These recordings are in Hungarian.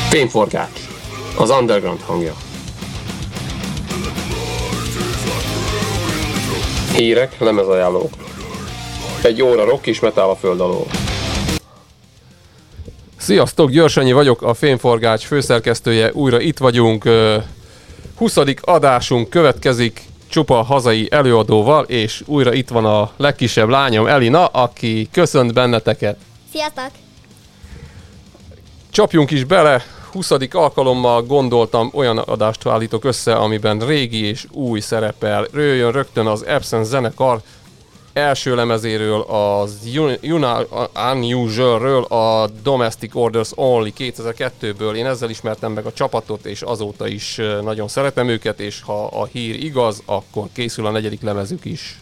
Fényforgács, az underground hangja. Hírek, lemezajánlók. Egy óra rock és metal a föld alól. Sziasztok, Györsenyi vagyok, a Fényforgács főszerkesztője, újra itt vagyunk. 20. adásunk következik csupa hazai előadóval, és újra itt van a legkisebb lányom, Elina, aki köszönt benneteket. Sziasztok! Csapjunk is bele, 20. alkalommal gondoltam, olyan adást állítok össze, amiben régi és új szerepel. Jöjjön rögtön az Absence zenekar első lemezéről, az Unusual-ről, a Domestic Orders Only 2002-ből. Én ezzel ismertem meg a csapatot, és azóta is nagyon szeretem őket, és ha a hír igaz, akkor készül a 4. lemezük is.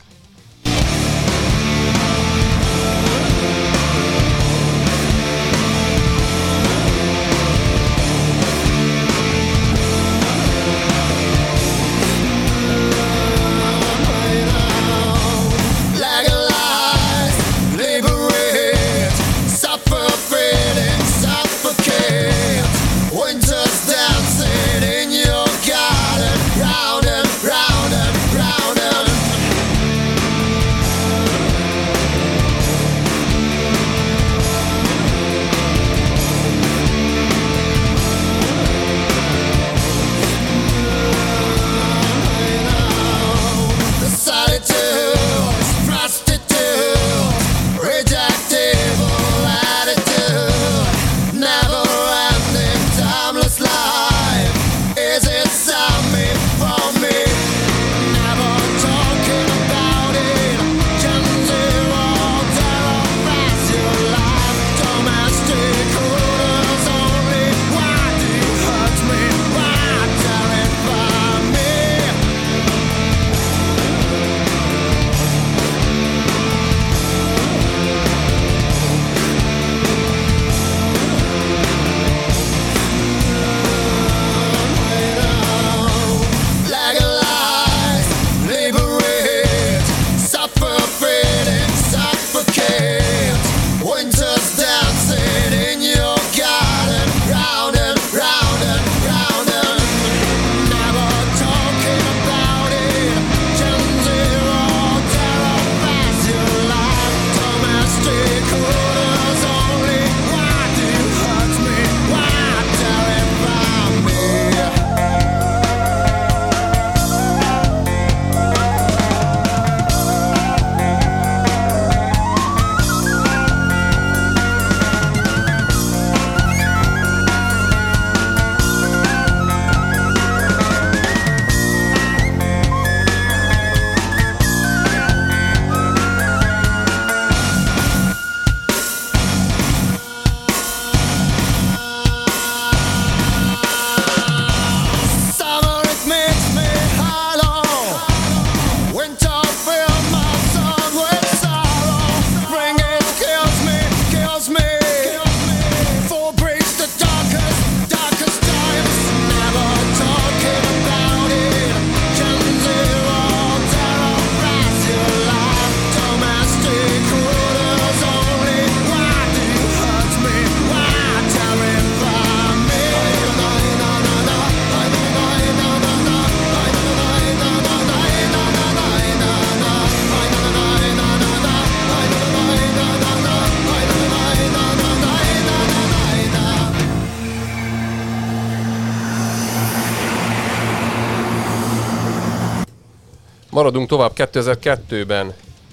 Maradunk tovább 2002-ben.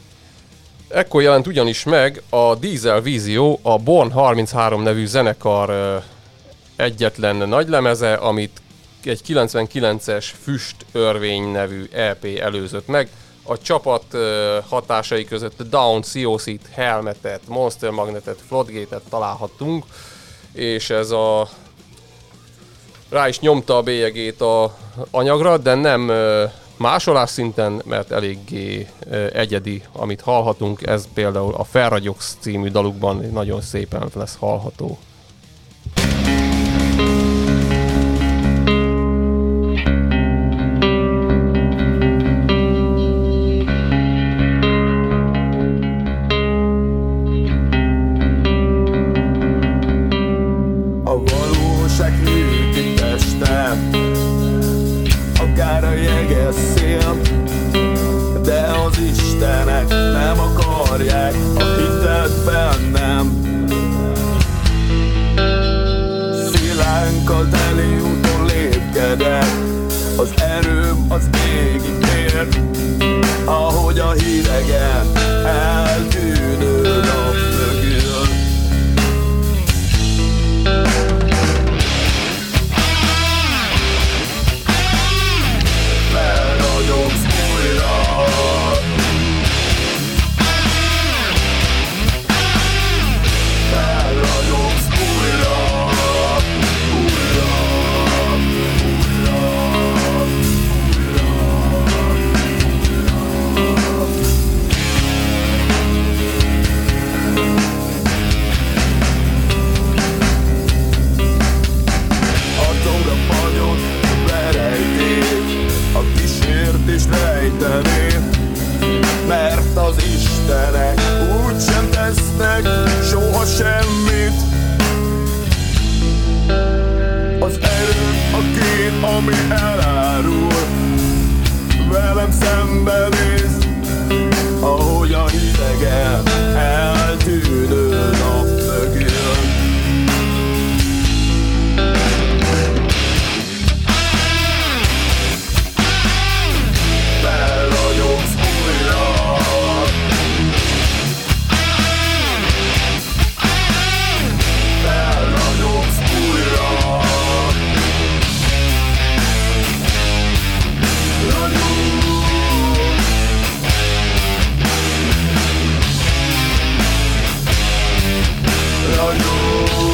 Ekkor jelent ugyanis meg a Diesel Visio, a Born 33 nevű zenekar egyetlen nagylemeze, amit egy 99-es Füst Örvény nevű EP előzött meg. A csapat hatásai között Down, COC-t, Helmetet, Monster Magnetet, Floodgate-et találhattunk, és ez rá is nyomta a bélyegét a anyagra, de nem másolás szinten, mert eléggé egyedi, amit hallhatunk. Ez például a Felragyogsz című dalukban nagyon szépen lesz hallható. A valóság akarják a hitet bennem. Szilánkkal teli úton lépkedek, az erőm az égig ér, ahogy a hidegen eltűnő nap mögül. Felragyogsz újra, felragyogsz újra, újra, újra, arcomra fagyott a verejték, a kísért is rejteni, mert az Istenek úgysem tesznek soha semmit. Az erő a kép, ami elárul, velem szembenéz, ahogy a hidegen eltűnő nap mögül. Felragyogsz újra, felragyogsz újra, ragyogsz, ragyogsz.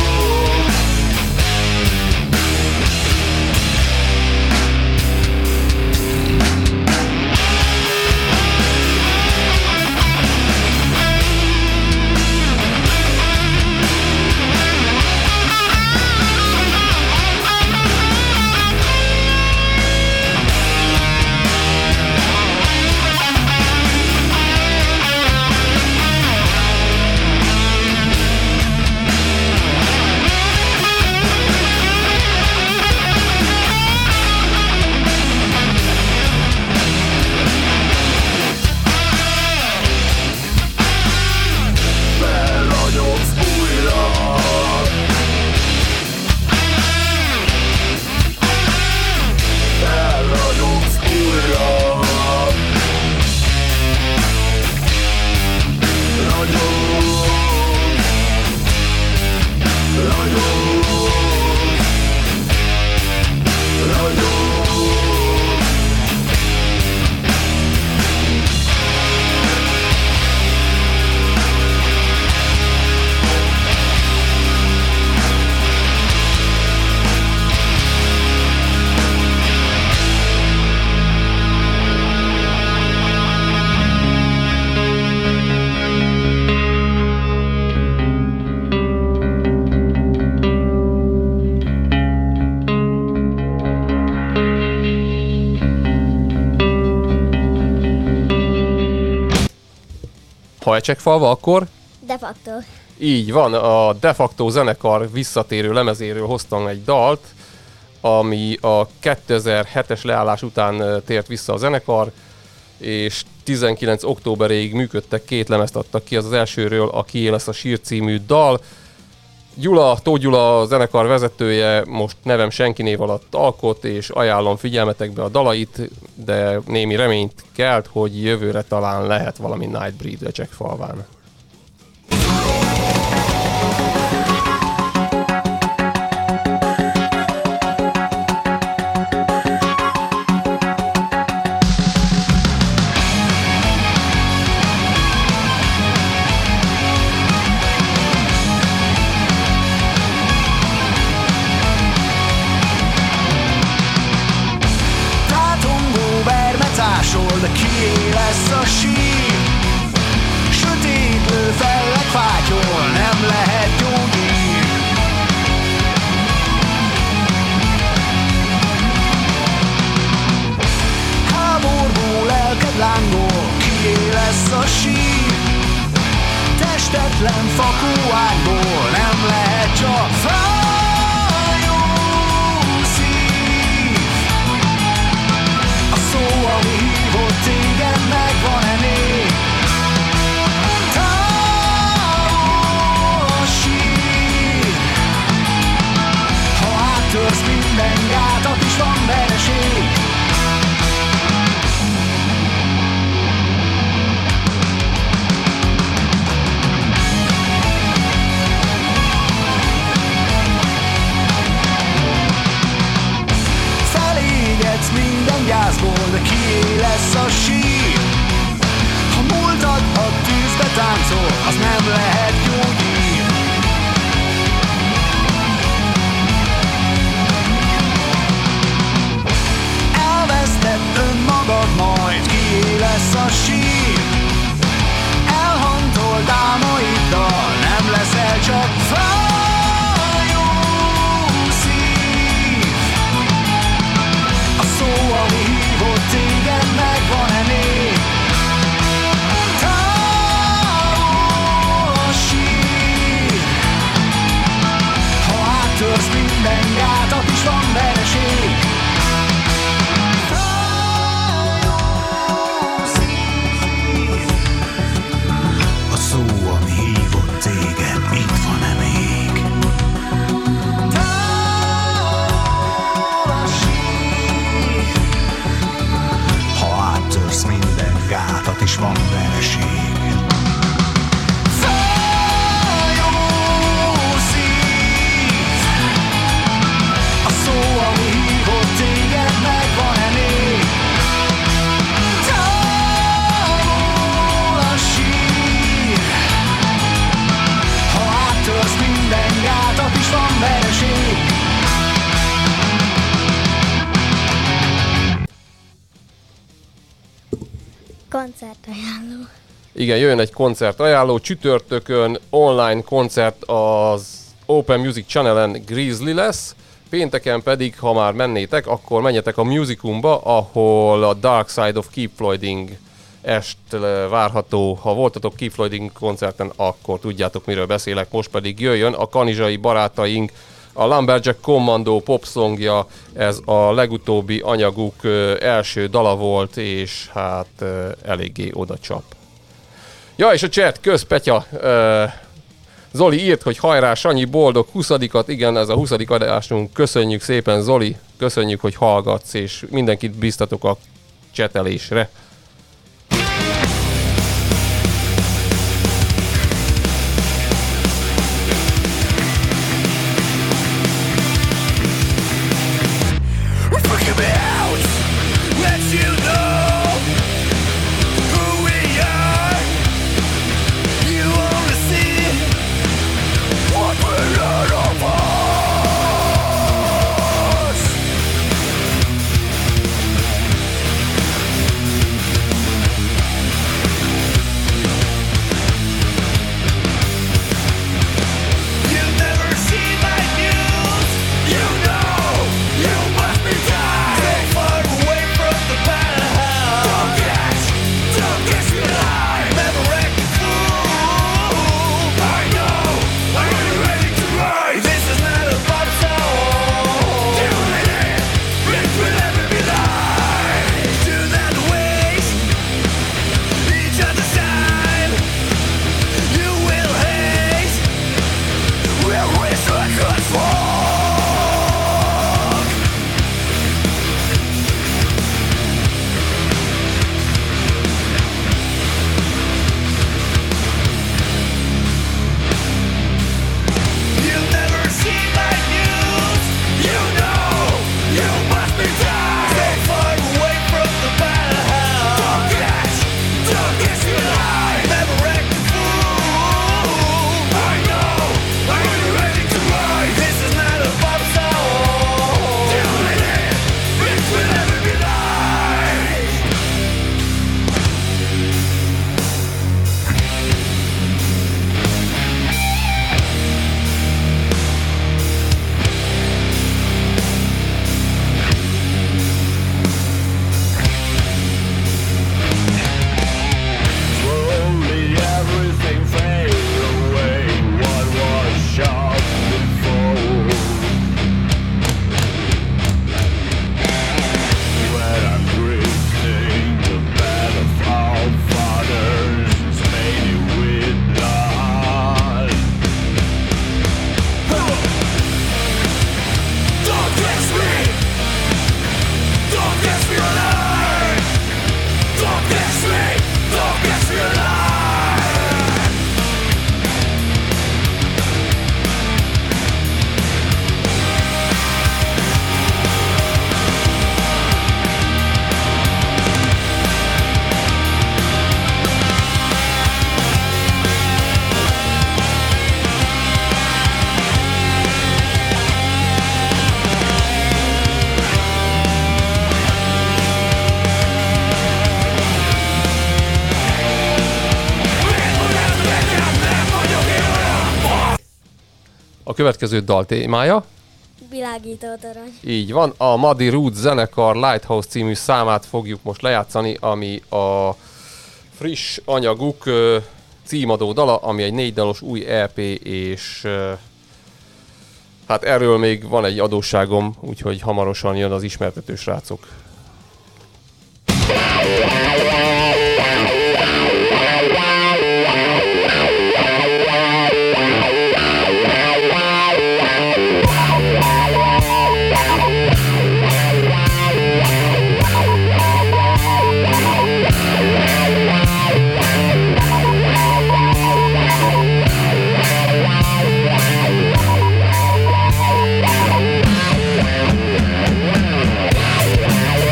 Felragyogsz újra, felragyogsz újra, ragyogsz, ragyogsz, ragyogsz. Hajcsekfalva akkor? De facto. Így van, a De Facto zenekar visszatérő lemezéről hoztam egy dalt, ami a 2007-es leállás után tért vissza a zenekar, és 19 októberéig működtek, 2 lemezt adtak ki, az elsőről a Kié lesz a sír című dal. Tóth Gyula, a zenekar vezetője, most nevem senki név alatt alkot, és ajánlom figyelmetekbe a dalait, de némi reményt kelt, hogy jövőre talán lehet valami Nightbreed a Csekkfalván. De kié lesz a sír? Sötétlő fellek fátyol, nem lehet gyógyír. Háború lelked lángol, kié lesz a sír? Testetlen fakó ágyból nem lehet csak fájó szív. A szó, ami hívott téged, megvan-e még? Koncertajánló. Igen, jöjjön egy koncert ajánló. Csütörtökön online koncert az Open Music Channel-en Grizzly lesz. Pénteken pedig, ha már mennétek, akkor menjetek a Musicumba, ahol a Dark Side of Keep Floyding est várható. Ha voltatok Keep Floyding koncerten, akkor tudjátok, miről beszélek. Most pedig jöjjön a kanizsai barátaink, a Lumberjack Commando popsongja. Ez a legutóbbi anyaguk első dala volt, és hát eléggé odacsap. Ja, és a chat, kösz Petya! Zoli írt, hogy hajrá Sanyi, boldog 20-at, igen, ez a 20. adásunk, köszönjük szépen Zoli, köszönjük, hogy hallgatsz, és mindenkit biztatok a csetelésre. A következő dal témája. Világító torony. Így van, a Muddy Roots zenekar Lighthouse című számát fogjuk most lejátszani, ami a friss anyaguk címadó dala, ami egy 4 dalos új EP, és hát erről még van egy adósságom, úgyhogy hamarosan jön az ismertető, srácok. We'll be right back.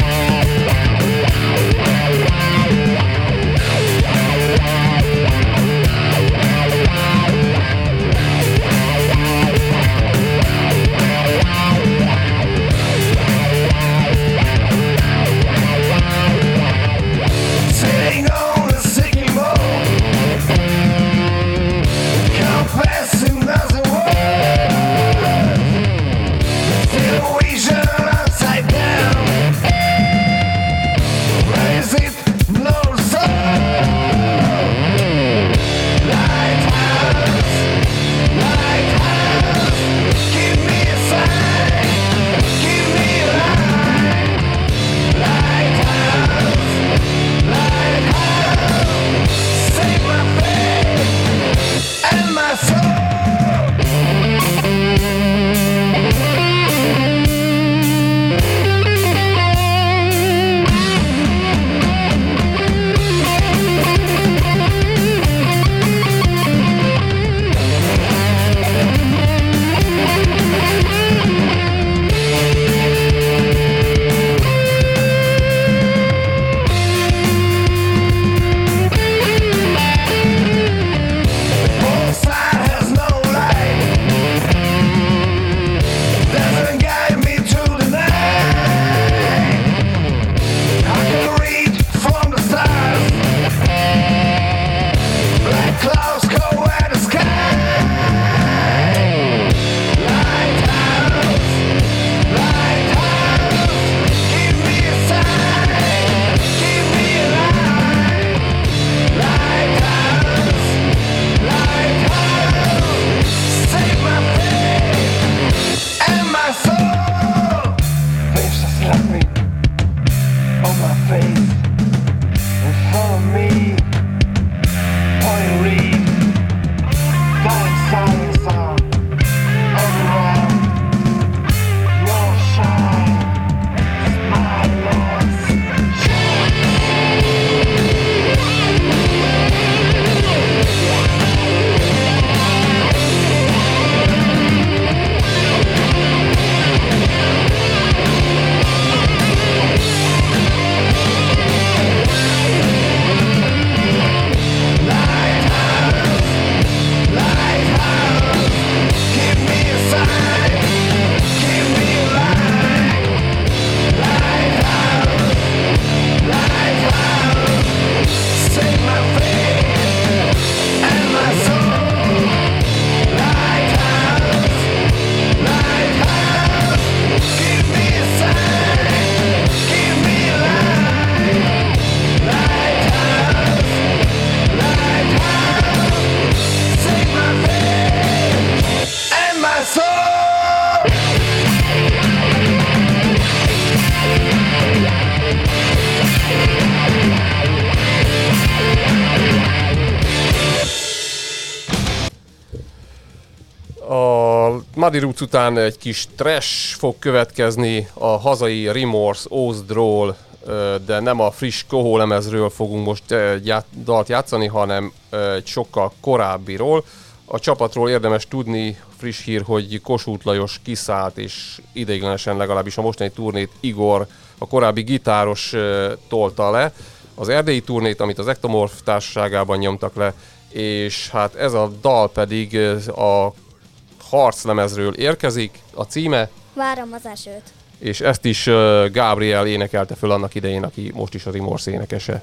Muddy Roots után egy kis trash fog következni a hazai Remorse Ozdról, de nem a friss Kohó lemezről fogunk most dalt játszani, hanem egy sokkal korábbiról. A csapatról érdemes tudni, friss hír, hogy Kossuth Lajos kiszállt, és ideiglenesen legalábbis a mostani turnét Igor, a korábbi gitáros tolta le. Az erdélyi turnét, amit az Ectomorph társaságában nyomtak le, és hát ez a dal pedig a harclemezről érkezik, a címe. Várom az esőt. És ezt is Gabriel énekelte föl annak idején, aki most is a Remorse énekese.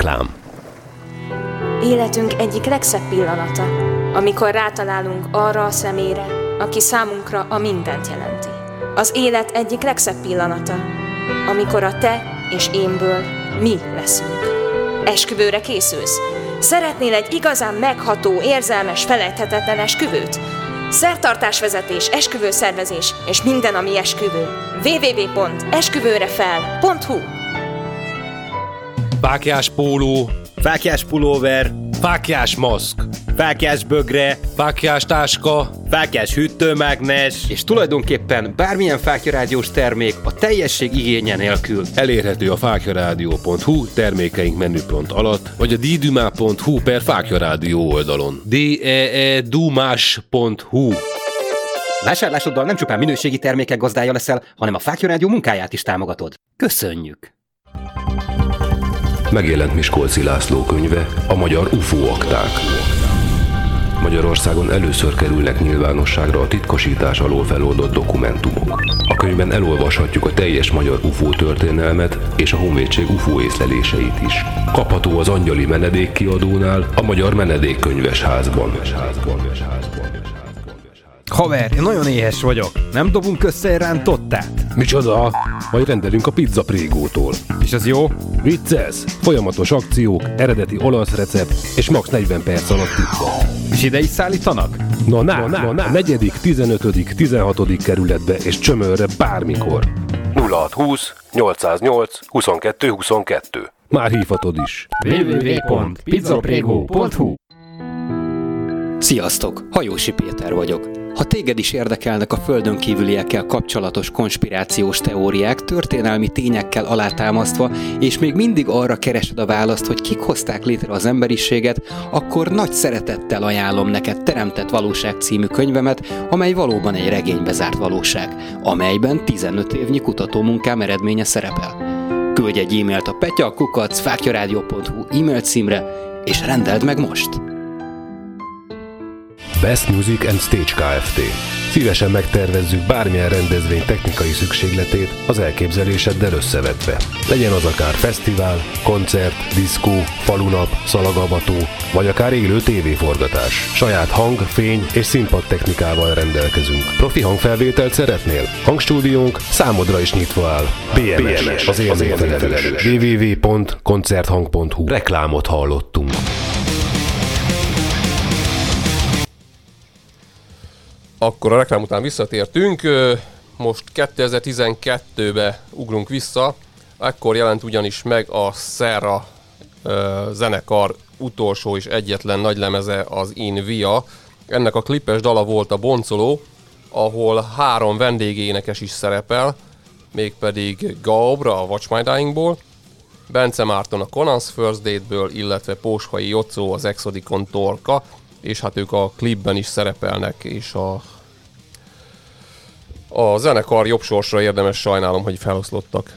Reklám. Életünk egyik legszebb pillanata, amikor rátalálunk arra a személyre, aki számunkra a mindent jelenti. Az élet egyik legszebb pillanata, amikor a te és énből mi leszünk. Esküvőre készülsz? Szeretnél egy igazán megható, érzelmes, felejthetetlen esküvőt? Szertartásvezetés, esküvőszervezés és minden, ami esküvő. www.esküvőrefel.hu Fáklyás póló, Fáklyás pulóver, fáklyás maszk, fáklyás bögre, fáklyás táska, fáklyás hűtőmágnes, és tulajdonképpen bármilyen fáklyaradiós termék a teljesség igénye nélkül. elérhető a fáklyaradio.hu termékeink menüpont alatt, vagy a ddumás.hu per fáklyaradio oldalon. deedumás.hu. Vásárlásoddal nem csupán minőségi termékek gazdája leszel, hanem a Fáklyaradio munkáját is támogatod. Köszönjük! Megjelent Miskolci László könyve, a magyar UFO akták. Magyarországon először kerülnek nyilvánosságra a titkosítás alól feloldott dokumentumok. A könyvben elolvashatjuk a teljes magyar UFO történelmet és a honvédség UFO észleléseit is. Kapható az Angyali Menedék kiadónál, a Magyar Menedékkönyvesházban. Haver, én nagyon éhes vagyok. Nem dobunk össze egy rántottát? Micsoda? Majd rendelünk a Pizza Prégótól. És az jó? Vicces! Folyamatos akciók, eredeti olasz recept és max 40 perc alatt tippel. És ide is szállítanak? Na, a 4., 15., 16. kerületbe és Csömörre bármikor. 0620 808 22 22. Már hívhatod is. www.pizzaprego.hu. Sziasztok! Hajósi Péter vagyok. Ha téged is érdekelnek a földön kívüliekkel kapcsolatos konspirációs teóriák, történelmi tényekkel alátámasztva, és még mindig arra keresed a választ, hogy kik hozták létre az emberiséget, akkor nagy szeretettel ajánlom neked Teremtett Valóság című könyvemet, amely valóban egy regénybe zárt valóság, amelyben 15 évnyi kutatómunkám eredménye szerepel. Küldj egy e-mailt a petya@fáklyaradio.hu e-mail címre, és rendeld meg most! Best Music and Stage Kft. Szívesen megtervezzük bármilyen rendezvény technikai szükségletét az elképzeléseddel összevetve. Legyen az akár fesztivál, koncert, diszkó, falunap, szalagavató, vagy akár élő tévéforgatás. Saját hang, fény és színpad technikával rendelkezünk. Profi hangfelvételt szeretnél? Hangstúdiónk számodra is nyitva áll. BMS, az élményfelelős. www.koncerthang.hu. Reklámot hallottunk. Akkor a reklám után visszatértünk, most 2012-be ugrunk vissza, ekkor jelent ugyanis meg a Serra zenekar utolsó és egyetlen nagylemeze, az In Via. Ennek a klipes dala volt a Boncoló, ahol 3 vendégénekes is szerepel, mégpedig Gaubra a Watch My Dyingból, Bence Márton a Conan's First Date-ből, illetve Póshai Jocó az Exodikon Torka, és hát ők a klipben is szerepelnek, és a zenekar jobb sorsra érdemes, sajnálom, hogy feloszlottak.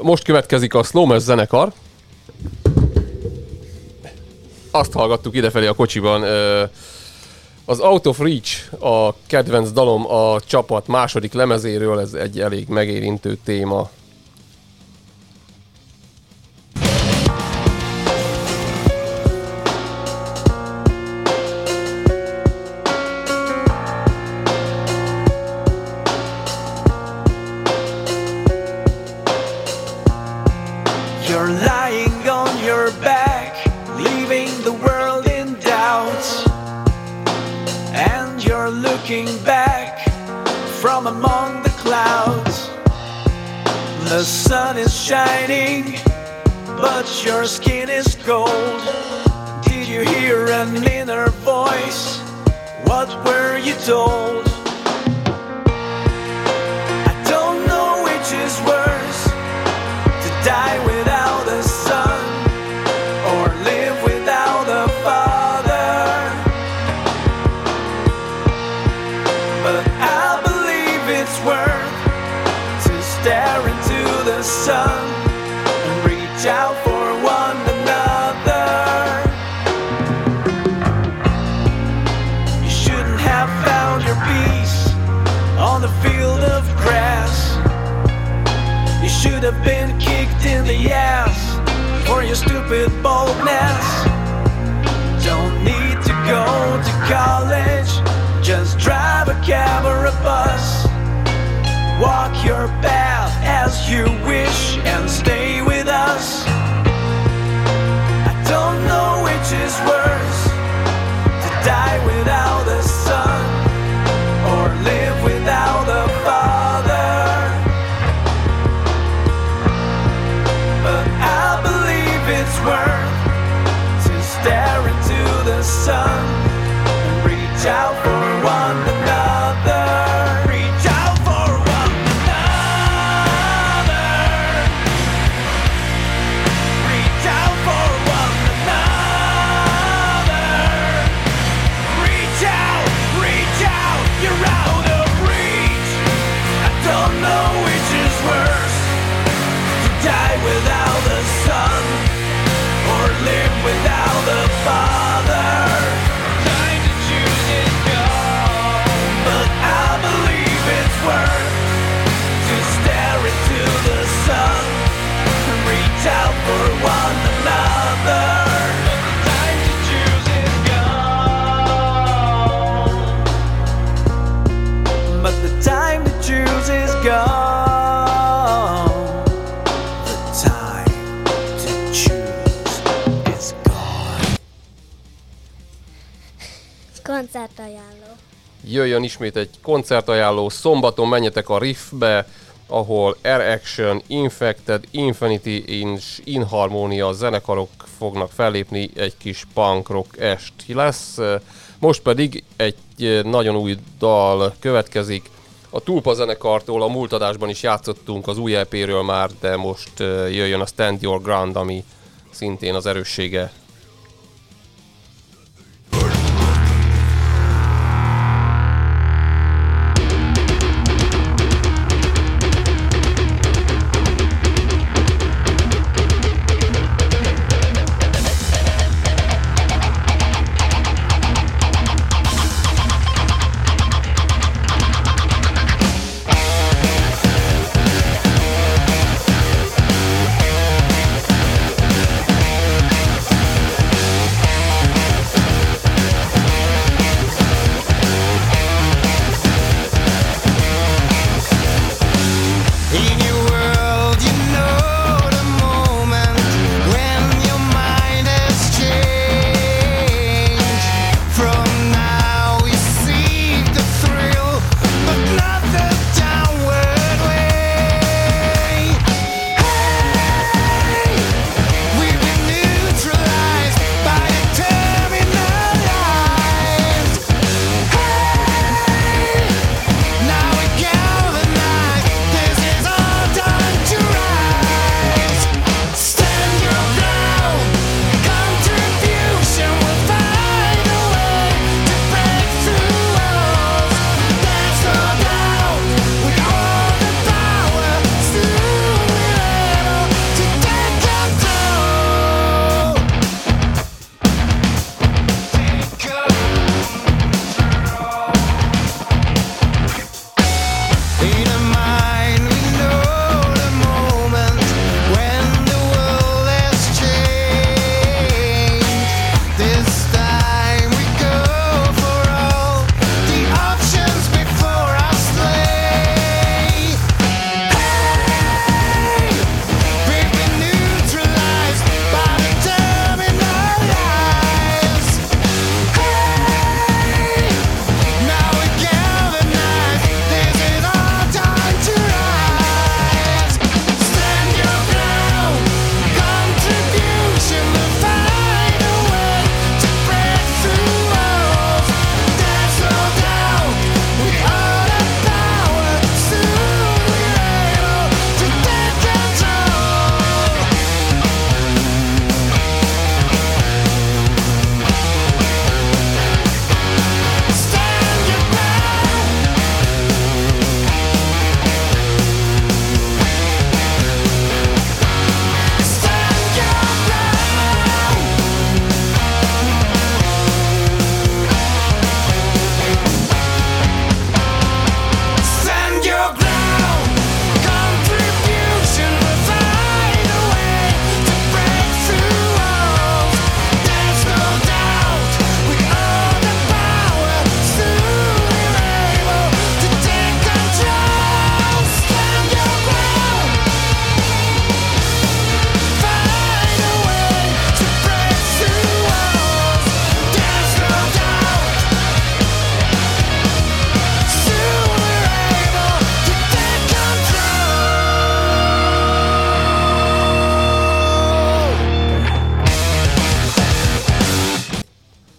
Most következik a Slow-Mesh zenekar. Azt hallgattuk idefelé a kocsiban. Az Out of Reach a kedvenc dalom a csapat második lemezéről, ez egy elég megérintő téma. You're lying on your back, leaving the world in doubt. And you're looking back from among the clouds. The sun is shining, but your skin is cold. Did you hear an inner voice? What were you told? I don't know which is worse, to die without a son or live without a father. But I believe it's worth to stare into the sun and reach out for one another. You shouldn't have found your peace on the field of grass. You should have been kicked in the ass for your stupid boldness. Don't need to go to college, just drive a cab or a bus. Walk your path as you wish and stay with us. I don't know which is worse, to die without a son or live without a father. But I believe it's worth to stare into the sun and reach out for one another. Reach out for one another. Reach out for one another. Reach out, you're out of reach. I don't know which is worse, to die without a son or live without a father. Time to choose is gone, but I believe it's worth to stare into the sun and reach out for one another. Time to choose is gone, but the time to choose is gone. Koncertajánló. Jöjjön ismét egy koncertajánló. Szombaton menjetek a Riffbe, ahol R-Action, Infected, Infinity és Inharmonia zenekarok fognak fellépni, egy kis punk rock est lesz. Most pedig egy nagyon új dal következik. A Tulpa zenekartól a múlt adásban is játszottunk az új EP-ről már, de most jöjjön a Stand Your Ground, ami szintén az erőssége.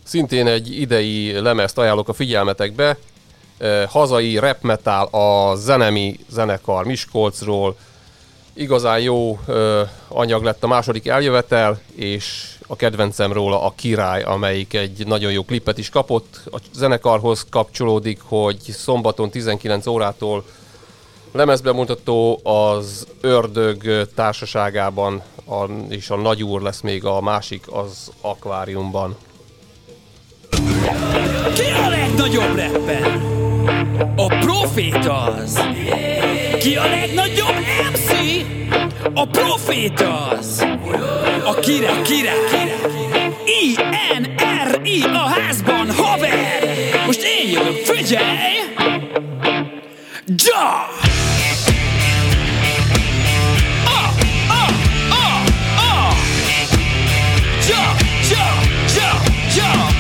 Szintén egy idei lemezt ajánlok a figyelmetekbe. Hazai rap metal a Zenemi zenekar Miskolcról. Igazán jó anyag lett a második eljövetel, és a kedvencem róla a Király, amelyik egy nagyon jó klipet is kapott. A zenekarhoz kapcsolódik, hogy szombaton 19 órától lemezbemutató az Ördög társaságában, és a Nagyúr lesz még a másik az Akváriumban. Ki a legnagyobb rapper? A Proféta az. Ki a legnagyobb MC? A Proféta az. A király. I-N-R-I a házban, haver! Most én jövök, figyelj! Ja! Ja!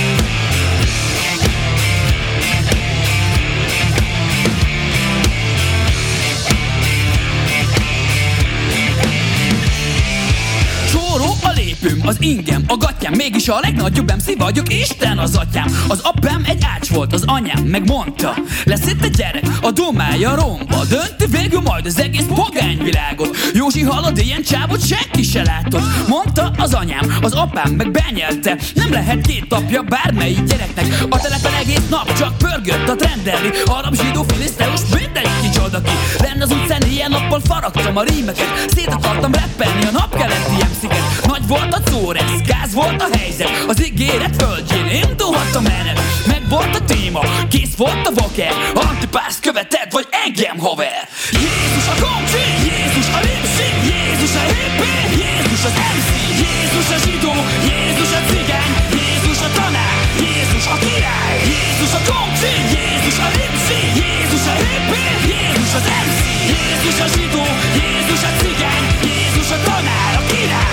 A lépőm, az ingem, a gattyám, mégis a legnagyobb MC vagyok, Isten az atyám. Az apám egy ács volt, az anyám megmondta, lesz itt egy gyerek, a domája romba, dönti végül majd az egész pogányvilágot. Józsi hallod, ilyen csávot senki se látott, mondta az anyám, az apám meg benyelte, nem lehet két apja bármelyik gyereknek. A telepen egész nap csak pörgött a trendelli, arab, zsidó, filiszteus, mindenki csoda ki. Lenn az utcán ilyen nappal faragtam a rímeket, szét akartam rappelni a napkeleti MC-ket. Nagy volt a córesz, gáz volt a helyzet, az ígéret földjén indulhat a menet. Meg volt a téma, kész volt a vaker, antipászt követed, vagy engem, haver. Jézus a komcsi, Jézus a lipsi, Jézus a hippi, Jézus az MC, Jézus a zsidó, Jézus a cigány, Jézus a tanár, Jézus a király. Jézus a komcsi, Jézus a lipsi, Jézus a hippi, Jézus az MC, Jézus a zsidó, Jézus a cigány, Jézus a tanár, a király.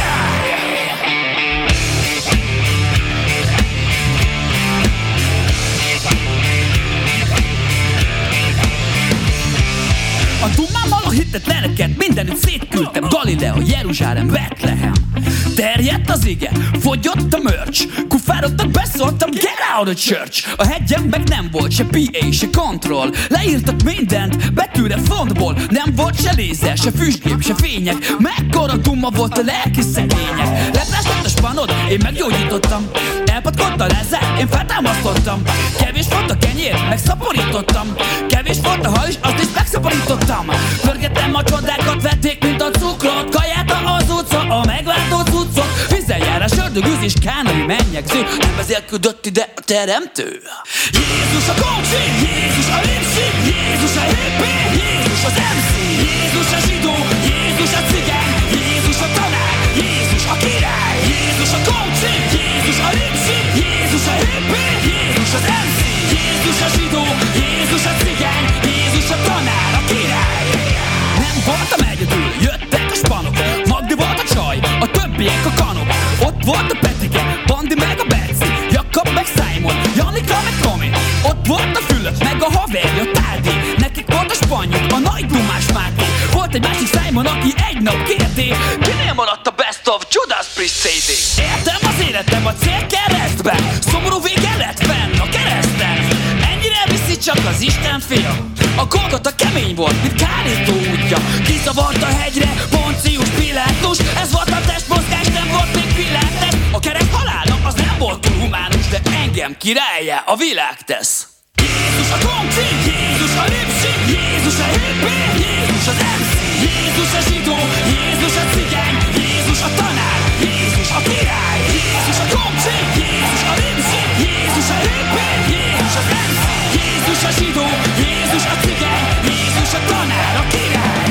A dumámmal a hitetleneket mindenütt szétküldtem, Galilea, Jeruzsálem, Betlehem. Terjedt az ige, fogyott a merch, kufároknak beszóltam, get out of church. A hegyen meg nem volt se PA, se control, leírtak mindent betűre frontból. Nem volt se lézer, se füstgép, se fények, mekkora duma volt a lelki szegények. Leprás lett a spanod, én meggyógyítottam, elpatkott a lezár, én feltámasztottam. Kevés volt a kenyér, megszaporítottam, kevés volt a hal is, azt is megszaporítottam. Pörgettem a csodákat, vették, mint a cukrot, kaját az utca, a megváltó cuccot. Vízzeljárás, ördögűz és kánai mennyegző, nem ezért küldött ide a teremtő. Jézus a komcsi, Jézus a lipsi, Jézus a hippi, Jézus az MC, Jézus a zsidó, Jézus a cigány, Jézus a tanár, Jézus a király. Jézus a komcsi, Jézus a lipsi, Jézus a hippi, Jézus az MC, Jézus a zsidó, Jézus a cigány, Jézus a tanár, a király. Nem voltam egyedül, jöttek a spanok, Magdi volt a csaj, a többiek a kanok. Ott volt a Petike, Bandi meg a Beci, Jakab meg Simon, Janika meg Tomi. Ott volt a Fülöp, meg a haverja Táldi, nekik volt a spanyol, a nagy dumás Máté. Volt egy másik Simon, aki egy nap kérté, kinél maradt a Best of Judas Priest CD. Értem az életem a cél keresztben, szomorú vége lett fenn a kereszten. Ennyire viszi csak az Isten fia, a Golgota kemény volt, mint Kárító útja. Kizavart a hegyre, Poncius Pilátus, ez volt a testmozgás, nem volt még világtest. A kerek halála az nem volt túl humánus, de engem királlyá a világ tesz. Jézus a komcsi, Jézus a lipsi, Jézus a hippi, Jézus az MC, Jézus a zsidó, Jézus a cigány, Jézus a tanár, Jézus a király. Jézus a komcsi, Jézus a lipsi, Jézus a hippi, Jézus az MC, Jézus a zsidó, Jézus a cigány, Jézus a tanár, a király.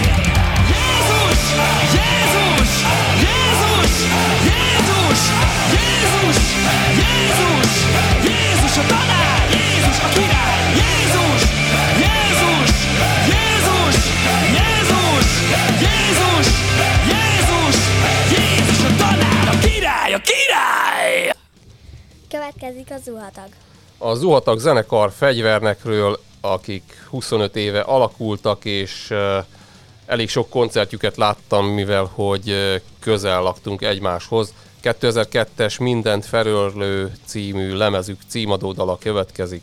Jézus, Jézus, Jézus, Jézus, Jézus, Jézus, Jézus a tanár, Jézus a király. Jézus, Jézus, Jézus, Jézus, Jézus, Jézus, Jézus a tanár, a király, a király. Következik a zuhatag. A Zuhatag zenekar fegyvernekről, akik 25 éve alakultak, és elég sok koncertjüket láttam, mivel hogy közel laktunk egymáshoz. 2002-es Mindent felörlő című lemezük címadó dala következik.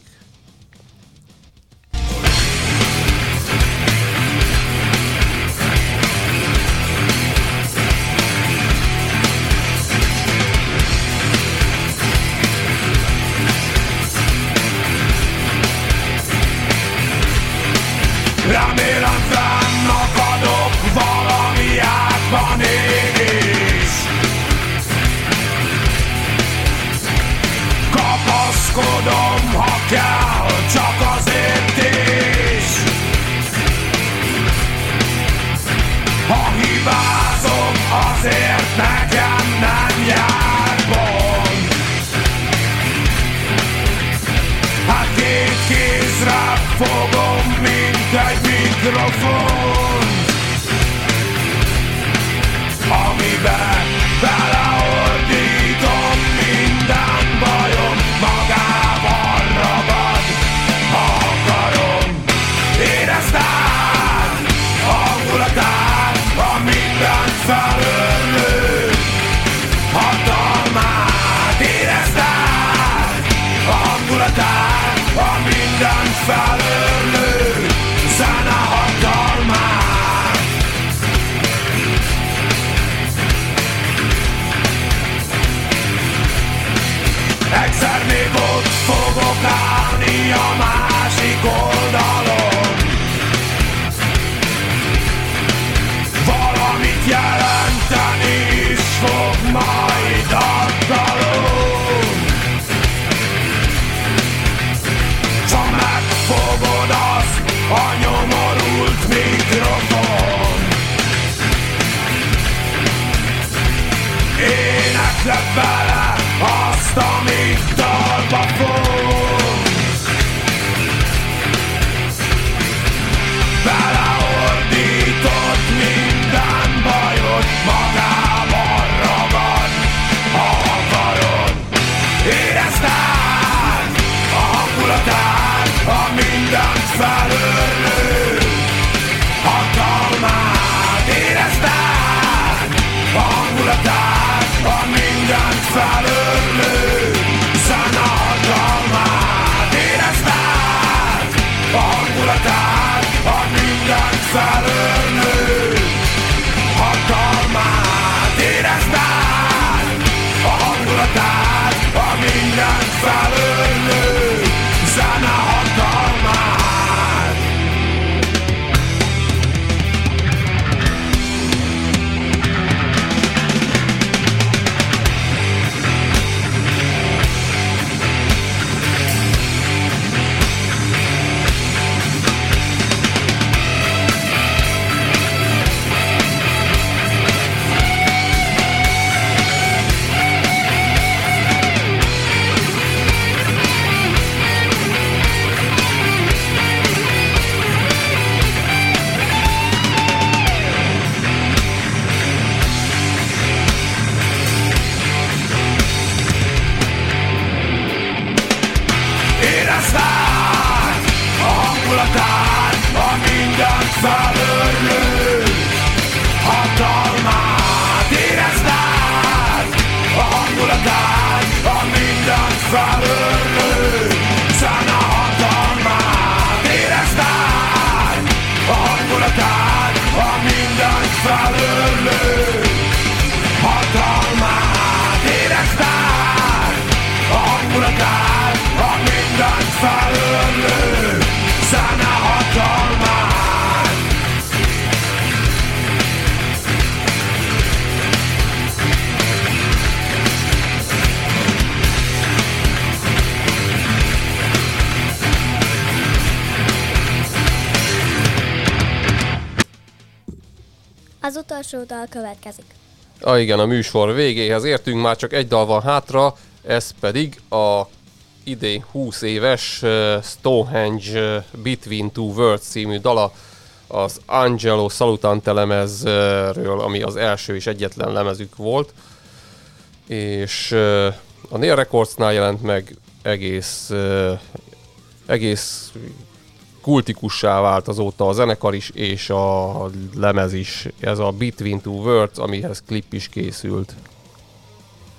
Remélem fennakadok valami átban égés. Kapaszkodom, ha kell, csak azért is. Ha hibázom, azért nekem nem jár gond. Hát két kézre fogom, mint egy mikrofon, amiben beleordítom minden bajom, magával ragad, ha akarom. Érezd át a hangulatát, a mindent felörlő hatalmát. Érezd át a hangulatát, a mindent felörlő zene hatalmát. Egyszer még ott fogok állni a másik oldalon. Valamit jelenteni is fog majd a dalom. Ha megfogod azt a nyomorult mikrofon, énekled bele azt, amit dalba fog. Beleordított minden bajod, magával ragad, ha akarod. Érezd át a hangulatát, a mindent felörlő hatalmát. Érezd át a hangulatát, a mindent felörlő zene hatalmát. Érezd át a hangulatát, a mindent felörlő hatalmát. Érezd át a hangulatát, a mindent felörlő zene hatalmát. Érezd át a hangulatát, a mindent felörlő hatalmát. Érezd át a hangulatát, a mindent felörlő zene hatalmát. Érezd át a hangulatát, a mindent felörlő hatalmát. Érezd át a hangulatát, a mindent felörlő zene hatalmát. Az utolsó dal következik. Igen, a műsor végéhez értünk, már csak egy dal van hátra, ez pedig a idén 20 éves Stonehenge Between Two Worlds című dala az Angelo Salutante lemezről, ami az első és egyetlen lemezük volt. És a Nail Recordsnál jelent meg, egész kultikussá vált azóta a zenekar is, és a lemez is. Ez a Between Two Worlds, amihez klip is készült.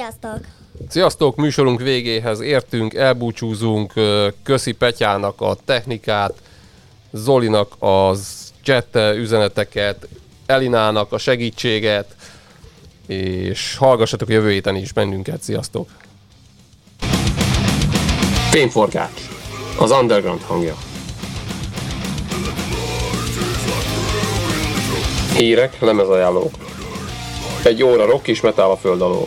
Sziasztok! Sziasztok, műsorunk végéhez értünk, elbúcsúzunk, köszi Petyának a technikát, Zolinak az chat üzeneteket, Elinának a segítséget, és hallgassatok jövő héten is bennünket, sziasztok! Fényforgács, az underground hangja. Hírek, lemezajánlók. Egy óra rock és metal a föld alól.